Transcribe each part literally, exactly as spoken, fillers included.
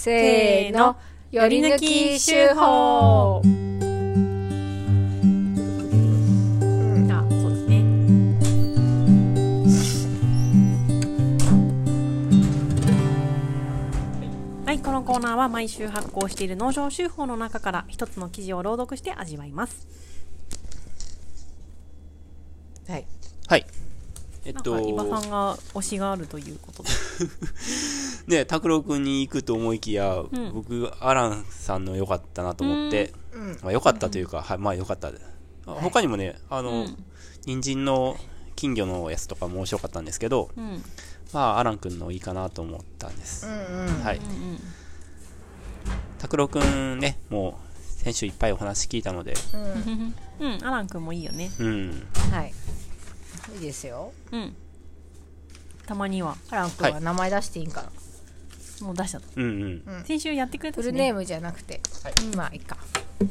せーの、より抜き手法。うん、あ、そうですね。はい、このコーナーは毎週発行している農場手法の中から一つの記事を朗読して味わいます。 はい。 はい。えっと、 なんか伊庭さんが推しがあるということでね、拓郎くんに行くと思いきや、うん、僕アランさんの良かったなと思って、うん、まあ良かったというか、うん、はい、まあ良かった、はい、他にもね、あの、うん、人参の金魚のやつとかも面白かったんですけど、うん、まあアランくんのいいかなと思ったんです。うんうん、はい。拓郎くんね、もう先週いっぱいお話聞いたので、 うん、うん、アランくんもいいよね。 うん、 はい。いいですよ。 うん。たまにはアラン君は名前出していいんかな、はい、もう出しちゃった。 うんうん。 先週やってくれたしね。 フルネームじゃなくて、はい、まあいいか。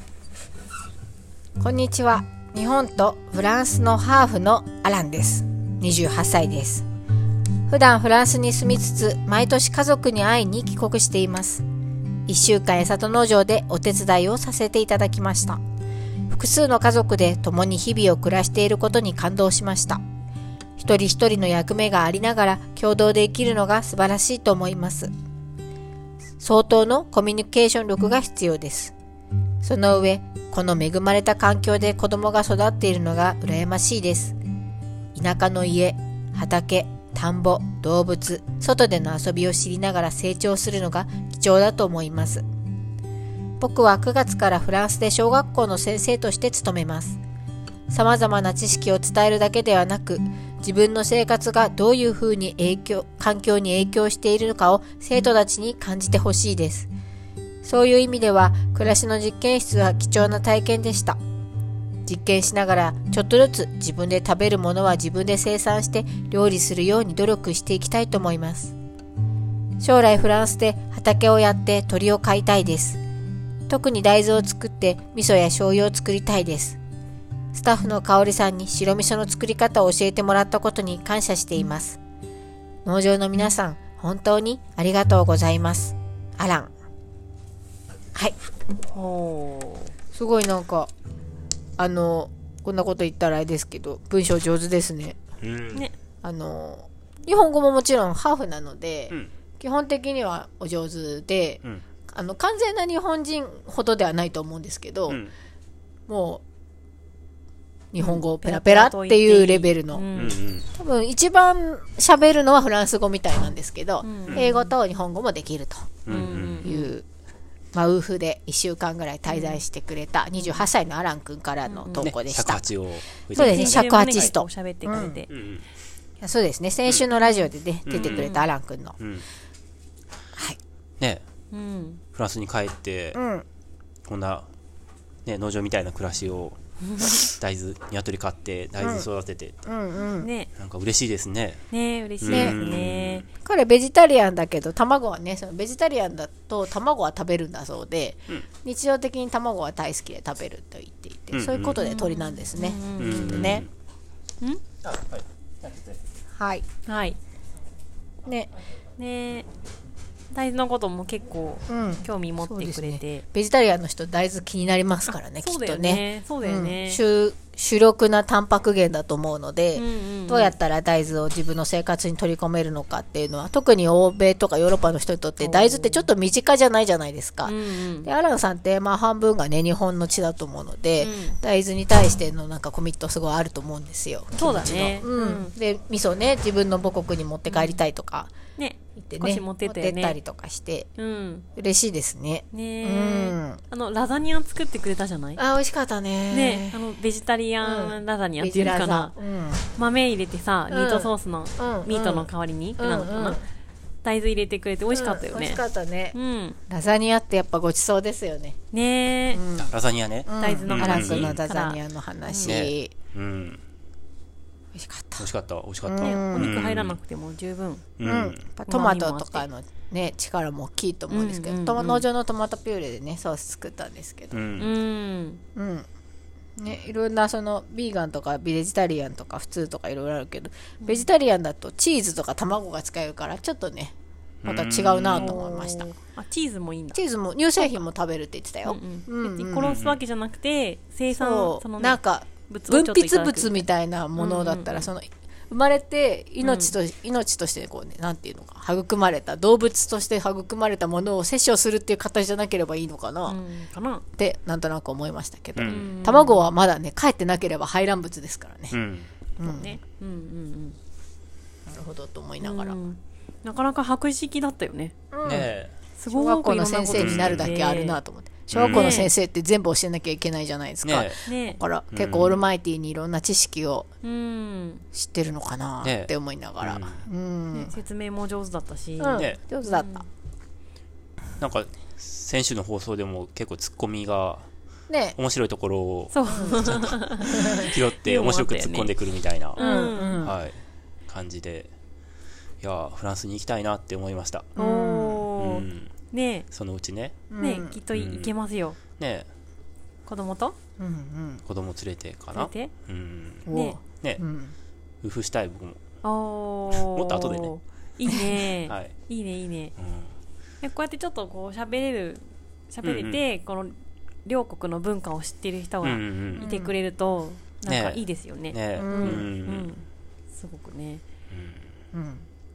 こんにちは。日本とフランスのハーフのアランです。にじゅうはっさいです。普段フランスに住みつつ、毎年家族に会いに帰国しています。いっしゅうかん江里農場でお手伝いをさせていただきました。複数の家族で共に日々を暮らしていることに感動しました。一人一人の役目がありながら共同で生きるのが素晴らしいと思います。相当のコミュニケーション力が必要です。その上、この恵まれた環境で子供が育っているのが羨ましいです。田舎の家、畑、田んぼ、動物、外での遊びを知りながら成長するのが貴重だと思います。僕はくがつからフランスで小学校の先生として勤めます。様々な知識を伝えるだけではなく、自分の生活がどういうふうに影響、環境に影響しているのかを生徒たちに感じてほしいです。そういう意味では、暮らしの実験室は貴重な体験でした。実験しながら、ちょっとずつ自分で食べるものは自分で生産して料理するように努力していきたいと思います。将来フランスで畑をやって鳥を飼いたいです。特に大豆を作って味噌や醤油を作りたいです。スタッフの香織さんに白味噌の作り方を教えてもらったことに感謝しています。農場の皆さん、本当にありがとうございます。アラン。はい。 おー、 すごいなんか、あの、こんなこと言ったらあれですけど、文章上手ですね。 うん、ね。 あの、日本語ももちろんハーフなので、 うん、 基本的にはお上手で、うん、あの完全な日本人ほどではないと思うんですけど、うん、もう日本語ペラペラっていうレベルの、うん、多分一番喋るのはフランス語みたいなんですけど、うん、英語と日本語もできるという、まあ、ウーフでいっしゅうかんぐらい滞在してくれたにじゅうはっさいのアラン君からの投稿でした。 ね、尺八をそうですね、尺八スト喋ってくれて、 うんうん、そうですね、先週のラジオで、ね、出てくれたアラン君の、 うんうん、 はいね、 うん、 フランスに帰って、 うん、 こんな、ね、農場みたいな暮らしを大豆鶏飼って大豆育てて、 うんうんうん、 ね、 なんか嬉しいですね。 ね、嬉しいですね。 彼ベジタリアンだけど卵はね、そのベジタリアンだと卵は食べるんだそうで、うん、日常的に卵は大好きで食べると言っていて、うんうん、そういうことで鳥なんですね、うんうん、きっとね。 うん、 はいはいねね、大豆のことも結構興味持ってくれて、 うんね、ベジタリアンの人大豆気になりますからね、きっとね。 そうだよね、 うん、主, 主力なタンパク源だと思うので、うんうんうん、どうやったら大豆を自分の生活に取り込めるのかっていうのは、特に欧米とかヨーロッパの人にとって大豆ってちょっと身近じゃないじゃないですか、うんうん、でアランさんってまあ半分がね日本の地だと思うので、うん、大豆に対してのなんかコミットすごいあると思うんですよ。 そうだね、 うんうん、で味噌ね、自分の母国に持って帰りたいとか、 うん、ね、 言ってね、 持ってってね、 持ってったりとかして、 うん、 嬉しいですね。 ね、 うん、 あのラザニア作ってくれたじゃない。 あ、美味しかったね。 ね、あのベジタリアンラザニアっていうかな、うん、豆入れてさ、ミートソースの、うん、ミートの代わりに、うん、なのかな、うん、大豆入れてくれて美味しかったよね、うん、 美味しかったね、 うん、 ラザニアってやっぱごちそうですよね。 ね、 うん、ラザニアね、 大豆の話、 アラン君のラザニアの話、 ね、うん、 美味しかった美味しかった美味しかった、 ね、お肉入らなくても十分、 うんうん、トマトとかのね力も大きいと思うんですけど、うんうんうん、農場のトマトピューレでねソース作ったんですけど、 うん、 うんね、いろんなそのビーガンとかベジタリアンとか普通とかいろいろあるけど、ベジタリアンだとチーズとか卵が使えるからちょっとねまた違うなと思いました。 あ、チーズもいいんだ。 チーズも乳製品も食べるって言ってたよ。 うんうん、別に殺すわけじゃなくて生産その、ね、なんか分泌物みたいなものだったら、うんうんうん、その生まれて命と、うん、命としてこうね、なんていうのか、育まれた動物として育まれたものを摂取するっていう形じゃなければいいのかな、うん、かなってなんとなく思いましたけど、うん、卵はまだね帰ってなければ排卵物ですからね。うんうんねうんうんうん、なるほどと思いながら、うん、 なかなか博識だったよね。 うん、ねすごく小学校の先生になるだけあるなと思って。小学校の先生って全部教えなきゃいけないじゃないですか、ね、だから結構オールマイティにいろんな知識を知ってるのかなって思いながら、ねうんね、説明も上手だったし、 うんね、上手だった、うん、 なんか先週の放送でも結構ツッコミがね、面白いところを拾って面白く突っ込んでくるみたいな、うんはい、感じで、いやフランスに行きたいなって思いました。おー、うんね、 そのうちね、 ね、うん、きっとい、うん、行けますよ。ね、子供と、 うんうん、子供連れてかな。連れて、うん、ね、ね、うん、夫婦したい僕も。おもっと後でね。 いいね、はい、いいねいいね。うん、こうやってちょっとこう喋れる喋れて、うんうん、この両国の文化を知っている人がいてくれると、うんうん、なんかいいですよね。ね、うんうんうん、すごくね。うん。うん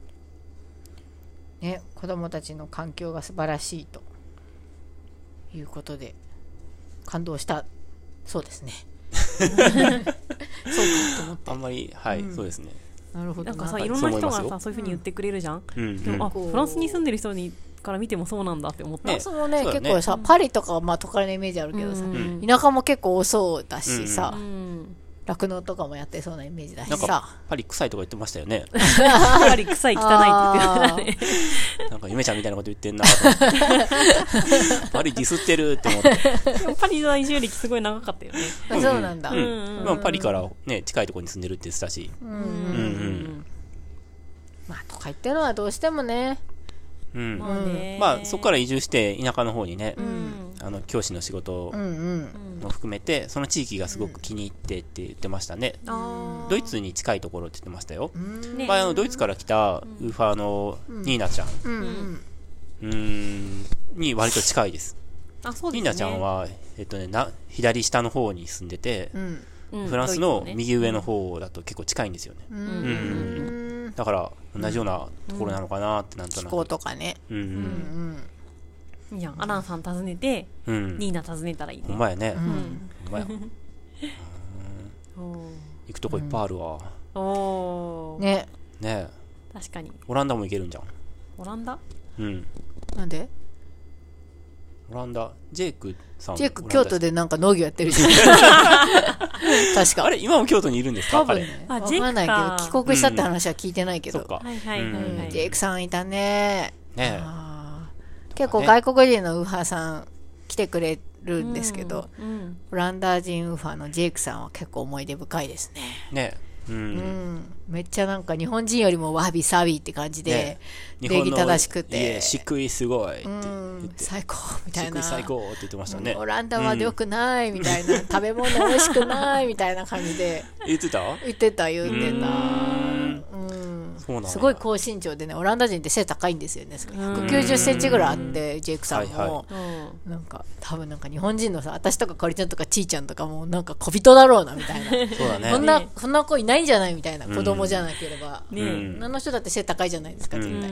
ね、子供たちの環境が素晴らしいということで感動したそうですね。そうかと思ってあんまりはい、うん、そうですね。 なるほど。なんかさいろんな人がさそういう風に言ってくれるじゃん。うん、でもあフランスに住んでる人にから見てもそうなんだって思った。 ね、そのね、ね結構さパリとかはまあ都会のイメージあるけどさ、うん、田舎も結構多そうだしさ。うん酪農とかもやってそうなイメージだしさ。なんかパリ臭いとか言ってましたよね。 パリ臭い汚いって言ってたね。 なんかゆめちゃんみたいなこと言ってんなと思ってパリディスってるって思って。 でもパリ在住歴すごい長かったよね。 うん、そうなんだ、うんうんまあ、パリからね近いところに住んでるって言ってたし、うんうんうん、 まあ都会ってのはどうしてもね、 うんまあね、まあそこから移住して田舎の方にね、うん、あの教師の仕事も含めてその地域がすごく気に入ってって言ってましたね、うん、ドイツに近いところって言ってましたよ、うんまあ、あのドイツから来たウーファーのニーナちゃん、うん、うんに割と近いです。あ、そうですね、ニーナちゃんは、えっとね、な左下の方に住んでて、うん、フランスの右上の方だと結構近いんですよね、うんうんうん、だから同じようなところなのかなってなんとなく、 気候とかね、うんうんうん、いやアランさん訪ねて、うん、ニーナ訪ねたらいいね。 ほんまやね、うん、ほんまや行くとこいっぱいあるわ、うん、おねね確かにオランダも行けるんじゃん。 オランダうんなんでオランダジェイクさんジェイク京都でなんか農業やってるじゃん確かあれ今も京都にいるんですか。 多分ね分かんないけど帰国したって話は聞いてないけど、うん、そっか、はいはいはいはい、ジェイクさんいたね。ねあ結構外国人のウーファーさん来てくれるんですけど、うんうん、オランダ人ウーファーのジェイクさんは結構思い出深いですね。ねうんうん、めっちゃなんか日本人よりもわびさびって感じで、ね、礼儀正しくて漆喰すごいって言って、うん、 最高みたいな、 漆喰最高って言ってましたね、 うん、オランダは良くないみたいな、うん、食べ物美味しくないみたいな感じで言ってた言ってた言ってたうんすごい高身長でね、オランダ人って背高いんですよね。ひゃくきゅうじゅっセンチぐらいあって、ジェイクさんも、はいはい、なんか多分なんか日本人のさ、私とかかりちゃんとかちーちゃんとかもなんか小人だろうなみたいなそうだね、そんなそんな子いないんじゃないみたいな、子供じゃなければ、うん、あの人だって背高いじゃないですか、絶対、うん、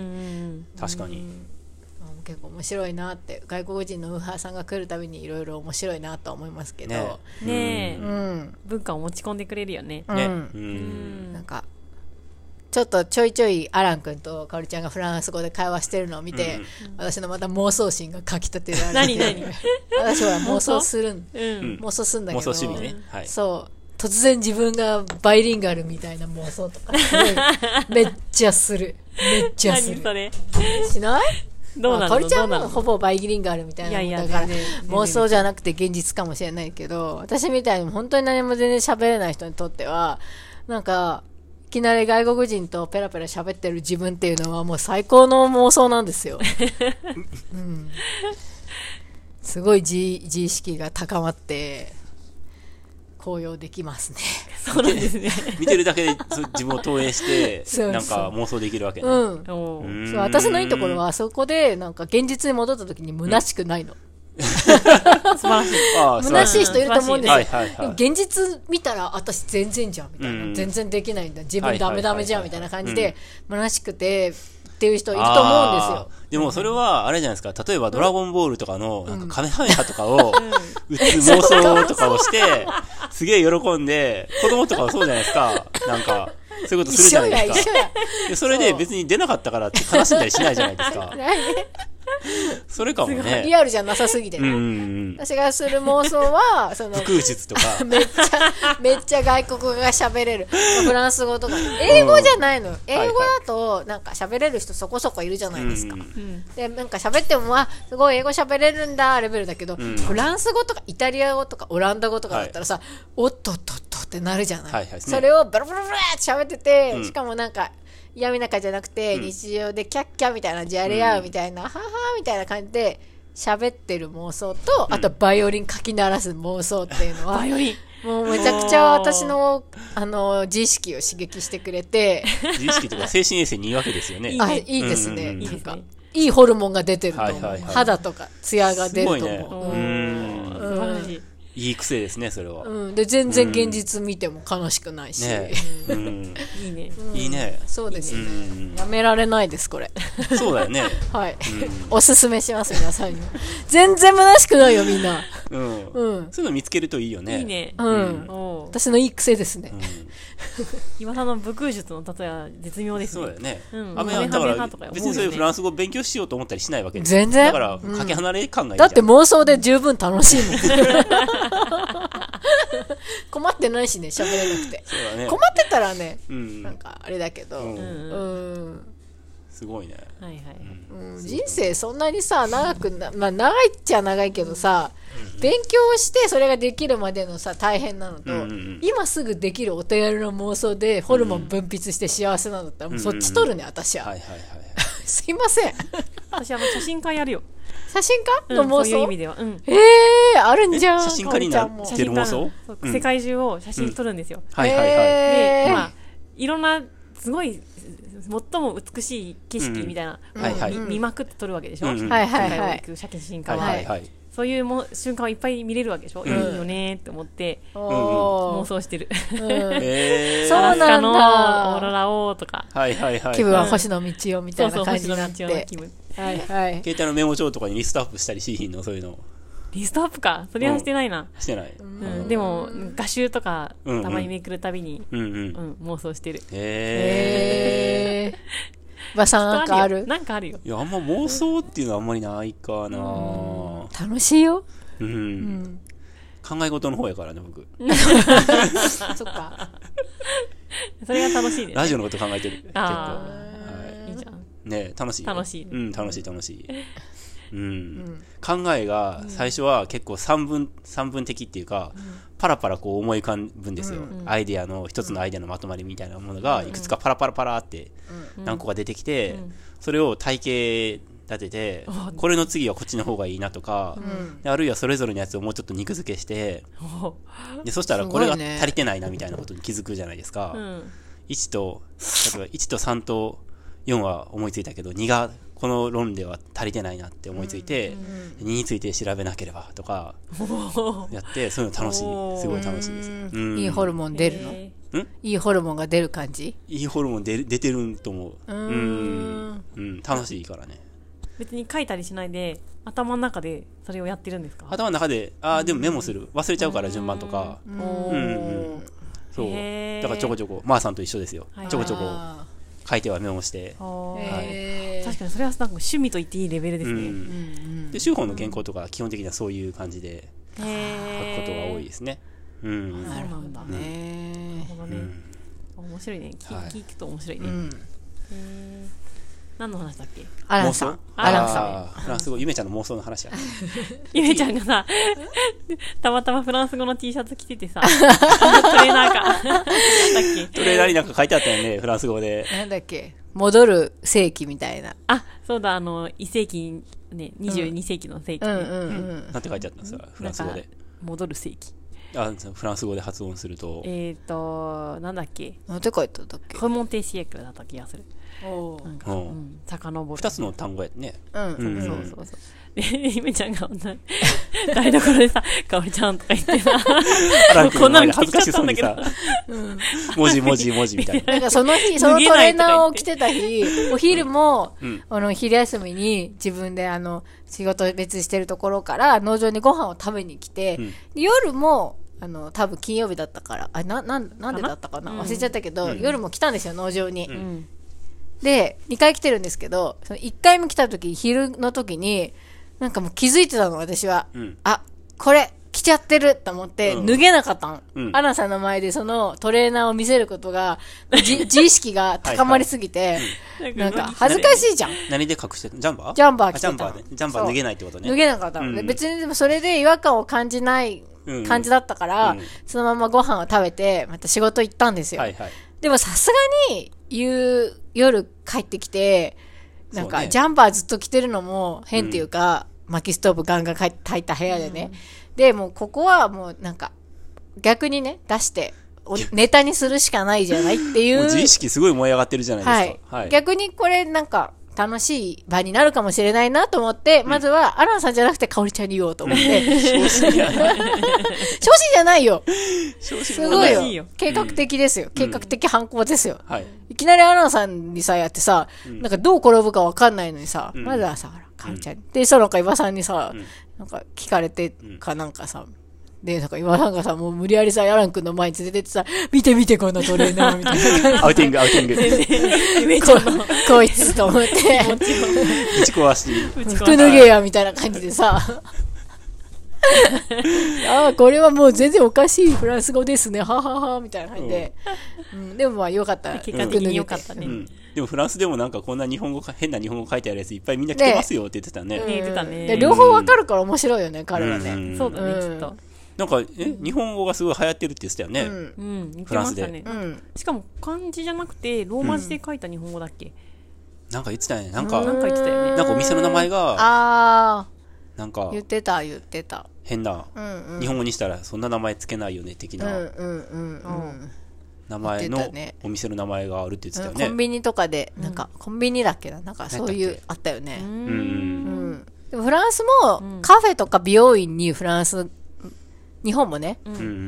確かに、うん、 結構面白いなって、外国人のウーハーさんが来るたびにいろいろ面白いなと思いますけどねえ、ねえ、 うん、文化を持ち込んでくれるよね、 うん、 ね、 うん、なんかちょっとちょいちょいアラン君とかおりちゃんがフランス語で会話してるのを見て、うん、私のまた妄想心がかきたてられて何何私は妄想するん、うん、妄想するんだけど、妄想趣味ね、はい、そう突然自分がバイリンガルみたいな妄想とかすごいめっちゃするめっちゃする。何それしないどうなの、まあ、かおりちゃんもほぼバイリンガルみたいなもんだから、いやいや妄想じゃなくて現実かもしれないけど、私みたいに本当に何も全然喋れない人にとってはなんかいきなり外国人とペラペラ喋ってる自分っていうのはもう最高の妄想なんですよ、うん、すごい自、自意識が高まって高揚できますね。 そうなんですね。 見てるだけで自分を投影してそうそうなんか妄想できるわけね。 うん。 おーそう、私のいいところは、そこで、なんか現実に戻った時に虚しくないの。 素晴らしい。 ああ、 虚しい人いると思うんですよ。 はいはいはい。 現実見たら私全然じゃんみたいな、うん、全然できないんだ、自分ダメダメじゃんみたいな感じで虚しくてっていう人いると思うんですよ。 でもそれはあれじゃないですか、例えばドラゴンボールとかのなんかカメハメハとかを打つ妄想とかをしてすげえ喜んで、子供とかはそうじゃないですか、なんかそういうことするじゃないですか。 一緒や一緒や。 でそれで別に出なかったからって悲しんだりしないじゃないですか。それかもね。 リアルじゃなさすぎてね。 うんうんうん、 私がする妄想は、その、 腹術とか。 めっちゃ、めっちゃ外国語が喋れる。フランス語とか。英語じゃないの。うん、英語だと、なんか喋れる人そこそこいるじゃないですか。うん、で、なんか喋っても、あ、すごい英語喋れるんだ、レベルだけど、うん、フランス語とかイタリア語とかオランダ語とかだったらさ、はい、おっとっとっとってなるじゃない。はいはい、それをブラブラブラって喋ってて、うん、しかもなんか、嫌味仲じゃなくて、うん、日常でキャッキャみたいな、じゃれ合うみたいな、うん、ははみたいな感じで喋ってる妄想と、うん、あとバイオリンかき鳴らす妄想っていうのは、 バイオリンもうめちゃくちゃ私の、あの、自意識を刺激してくれて。 自意識とか精神衛生にいいわけですよね。 あ、いいですね。うんうんうん、なんかいいホルモンが出てると思う。はいはいはい、肌とかツヤが出ると思う。すごいね。うん。 素晴らしい。 いい癖ですね、それは。 うん。で、全然現実見ても悲しくないし。ね、 うん。 いいね。 いいね。 そうですね、うん。やめられないです、これ。 そうだよね。 はい、うん。おすすめします、皆さんに。全然虚しくないよ、みんな。 うん。うん。そういうの見つけるといいよね。 いいね。 うん。うん、私のいい癖ですね。うん、 岩さんの武空術の例えは絶妙ですね。 そうだよね。 うん。 あめはだから別にそういうフランス語を勉強しようと思ったりしないわけです。 全然。 だから、かけ離れ感がいい。 だって妄想で十分楽しいもん。困ってないしね、喋れなくて。そうだね。困ってたらね、うん、なんかあれだけど、うんうん、 すごいね。 はいはい。うん、人生そんなにさ、長くな、まあ長いっちゃ長いけどさ、うん、勉強してそれができるまでのさ、大変なのと、うんうん、今すぐできるお手軽な妄想でホルモン分泌して幸せなんだったら、もうそっち取るね、私は。はいはいはい。すいません。 私あの写真家やるよ。 写真家の妄想、うん、 そういう意味では。うん、 ええー、あるんじゃん。 写真家になってる妄想、 うん、世界中を写真撮るんですよ。 うん、はいはいはい。 で、今、いろんな、すごい、最も美しい景色みたいな、うんはいはい、見まくって撮るわけでしょ、うんうん、はいはいはい。写真家は。はいはいはい、そういうも瞬間をいっぱい見れるわけでしょ、うん、いいよねーって思って、うん、妄想してる。うん、 えー、そうなんだ。 のオーロラをとか。 はいはいはい。 気分は星野道夫みたいな感じになって。そうそう、星野道夫の気分。 はいはい。携帯のメモ帳とかにリストアップしたりしひんの、そういうの。 リストアップか。それはしてないな。 うん、してない。 うん。でも、画集とか、たまにめくるたびに、うんうん。うん、妄想してる。 へー。ばさんなんかある？ なんかあるよ。 いや、あんま妄想っていうのはあんまりないかな。 楽しいよ。 うん。考え事の方やからね、僕。 そっか。 それが楽しいです。 ラジオのこと考えてる。結構。 はい。いいじゃん。 ね、楽しい。 楽しい。 うん、楽しい楽しい。うん、考えが最初は結構三分、三分的っていうか、パラパラこう思い浮かぶんですよ。アイデアの、一つのアイデアのまとまりみたいなものがいくつかパラパラパラって何個か出てきて、それを体系立てて、これの次はこっちの方がいいなとか、あるいはそれぞれのやつをもうちょっと肉付けして、でそしたらこれが足りてないなみたいなことに気づくじゃないですか。いちと、例えばいちとさんとよんは思いついたけど、にがこの論では足りてないなって思いついて、うんうん、にについて調べなければとかやってそういうの楽しい、すごい楽しいです。 うん、いいホルモン出るの？ん？いいホルモンが出る感じ？ いいホルモン出る、出てると思う。うん、うん、楽しいからね。 別に書いたりしないで頭の中でそれをやってるんですか？ 頭の中で、ああでもメモする、忘れちゃうから順番とか。うん、うん、そう。だからちょこちょこ、まーさんと一緒ですよ。ちょこちょこ。書いてはメモして、 はい、確かにそれはなんか趣味と言っていいレベルですね。うん、 で州法の原稿とか基本的にはそういう感じで書くことが多いですね。うん、 なるほどね。なるほどね。面白いね。聞くと面白いね。何の話だっけ？ アランさん。アランさん。フランス語、ゆめちゃんの妄想の話や。 ゆめちゃんがさ、たまたまフランス語の T シャツ着ててさ、トレーナーか。なんだっけ？ トレーナーになんか書いてあったよね、フランス語で。 なんだっけ？戻る世紀みたいな。 あ、そうだ、あの、い世紀、ね、にじゅうに世紀の世紀。 うんうんうん。なんて書いてあったんですか、フランス語で。 戻る世紀。 あ、フランス語で発音すると。 えっと、なんだっけ。 なんて書いてあったっけ。 コモンテシエクルだった気がする。 おなんか、うん、遡る。 二つの単語やね。 うん。 うん、そうそうそう。で、ゆめちゃんが女、台所でさ、かおりちゃんとか言ってさ、こんなの恥ずかしそうだけど。 文字文字文字みたいな。 なんかその日、そのトレーナーを着てた日、お昼も、うん、あの、昼休みに自分であの、仕事別してるところから農場にご飯を食べに来て、うん、夜も、あの、多分金曜日だったから、あ、な、なん、なんでだったかな忘れちゃったけど、うん、夜も来たんですよ、農場に。うん、で、にかい来てるんですけど、そのいっかいめ来た時、昼の時に、なんかもう気づいてたの、私は。うん、あ、これ、着ちゃってると思って、脱げなかったの。うん、アナさんの前でそのトレーナーを見せることが、自意識が高まりすぎて、はいはい、なんか恥ずかしいじゃん。 何で隠してるジャンバージャンバー着てた。 ジャンバーで。ジャンバー脱げないってことね。 脱げなかったの。うん、で別にでもそれで違和感を感じない感じだったから、うんうん、そのままご飯を食べて、また仕事行ったんですよ。はいはい、でもさすがに、夕、夜帰ってきて、なんか、ジャンバーずっと着てるのも変っていうか、うん、薪ストーブガンガン炊いた部屋でね。うん、で、もうここはもうなんか、逆にね、出して、ネタにするしかないじゃないっていう。 もう自意識すごい燃え上がってるじゃないですか。はい。 はい、逆にこれなんか、楽しい場になるかもしれないなと思って、うん、まずは、アランさんじゃなくて、かおりちゃんに言おうと思って。 昇進じゃない。 昇進じゃないよ。すごいよ。計画的ですよ。うん、計画的犯行ですよ。はい。いきなりアランさんにさ、やってさ、うん、なんかどう転ぶかわかんないのにさ、うん、まずはさ、かおりちゃんに。で、そのか、岩さんにさ、うん、なんか聞かれてかなんかさ、で、なんか岩さんがさ、もう無理やりさ、アラン君の前に連れてってさ、見て見てこのトレーナーみたいな。 アウティング、アウティング。 こ, こいつと思って。 ぶち壊し。 服脱げや、みたいな感じでさ。ああ、これはもう全然おかしいフランス語ですね。ははは、みたいな感じで。うん、でもまあよかった。 結果的によかったね。うん、 でもフランスでもなんかこんな日本語か、変な日本語書いてあるやついっぱいみんな来てますよって言ってたね。 ね、言ってたね。 で両方わかるから面白いよね、彼はね。 うん、そうだね、きっと。 なんか、え、日本語がすごい流行ってるって言ってたよね。うん。 うん、フランスで。ね、うん。しかも漢字じゃなくて、ローマ字で書いた日本語だっけ、うん、 なんか言ってたよね。なんか、 なんか言ってたよね。 なんかお店の名前が、 ああ。 なんか、 言ってた、言ってた。 変な、うんうん、日本語にしたらそんな名前つけないよね、的な。うんうんうんうん。名前の、お店の名前があるって言ってたよね。 コンビニとかで、なんか、コンビニだっけな、なんかそういう、あったよね。うん。うん。でもフランスも、カフェとか美容院にフランス、日本もね、うん、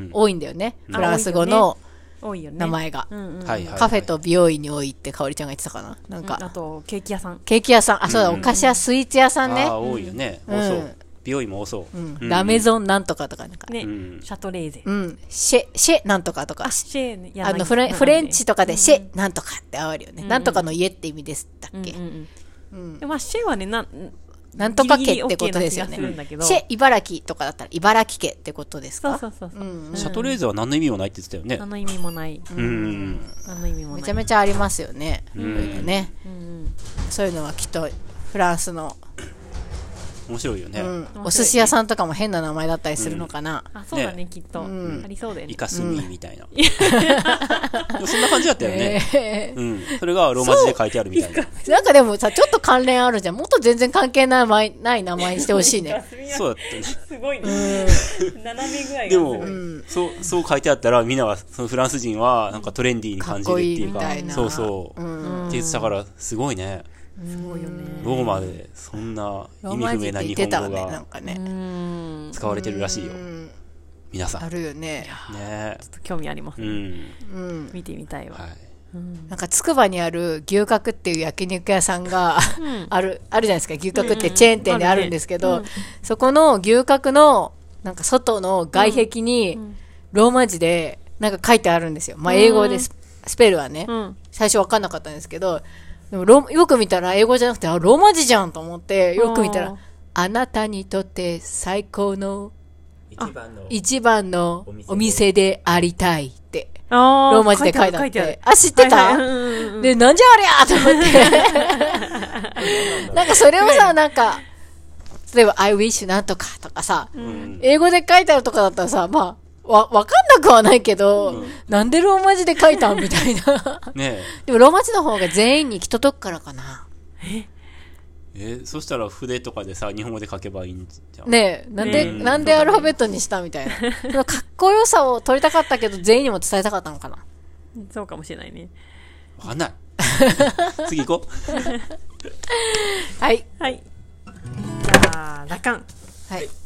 多いんだよね。フランス語の名前が。カフェと美容院に多いってかおりちゃんが言ってたかな。なんか、 うん、あと、ケーキ屋さん。 ケーキ屋さん。あ、そうだ、うん、お菓子屋、スイーツ屋さんね。 ああ、多いよね。多そう。美容院も多そう。 うん。ラメゾンなんとかとかなんか。 ね。シャトレーゼ。 うん。シェ、シェなんとかとか。 あ、シェ、 あの、フレ、フレンチとかでシェなんとかってあるよね。なんとかの家って意味ですだっけ。 うん。まあ、シェはね、な、 なんとか家ってことですよね。シェ、茨城とかだったら茨城家ってことですか？ そうそうそう。うん、 シャトレーゼは何の意味もないって言ってたよね。 何の意味もない。うん。何の意味もない。 めちゃめちゃありますよね。うん。ね。うん。そういうのはきっとフランスの面白いよね、うん、 お寿司屋さんとかも変な名前だったりするのかな、 うん、あ、そうだね、ね、きっと、うん、ありそうだよね。 イカスミみたいな、うん、そんな感じだったよね、えーうん、それがローマ字で書いてあるみたいな。 なんかでもさ、ちょっと関連あるじゃん。もっと全然関係ないない名前にしてほしいね。 そうだったね。 すごいね、うん、斜めぐらいがでも、うん、そうそう書いてあったらみんなはそのフランス人はなんかトレンディーに感じるっていうか、かっこいいみたいな、そうそう、うん、って言ってたからすごいね。 すごいよね。 ローマでそんな意味不明な日本語が使われてるらしいよ。皆さん。 あるよね。 ね。 ちょっと興味ありますね。うん。見てみたいわ。はい。 なんかつくばにある牛角っていう焼肉屋さんがあるあるじゃないですか。牛角ってチェーン店であるんですけど、そこの牛角のなんか外の外壁にローマ字でなんか書いてあるんですよ。まあ英語です。スペルはね。最初わかんなかったんですけど。でもロよく見たら英語じゃなくて、あ、ローマ字じゃんと思って、よく見たら、あなたにとって最高の一番の、一番のお店でありたいって、ローマ字で書いてあって、あ、知ってた、はいはい、で、なんじゃありゃと思って。なんかそれをさ、なんか、例えば、I wish なんとかとかさ、うん、英語で書いてあるとかだったらさ、まあ、わ、わかんなくはないけど、うん、なんでローマ字で書いたんみたいな。ねえ。でもローマ字の方が全員に行き届くからかな。 ええー、そしたら筆とかでさ日本語で書けばいいんじゃん。 ねえ、なんで、ね、なんでアルファベットにしたみたいな。そのかっこよさを取りたかったけど全員にも伝えたかったのかな。 そうかもしれないね。 わかんない。次行こう。 はい。 はい。じゃあ、ラカン。 はい。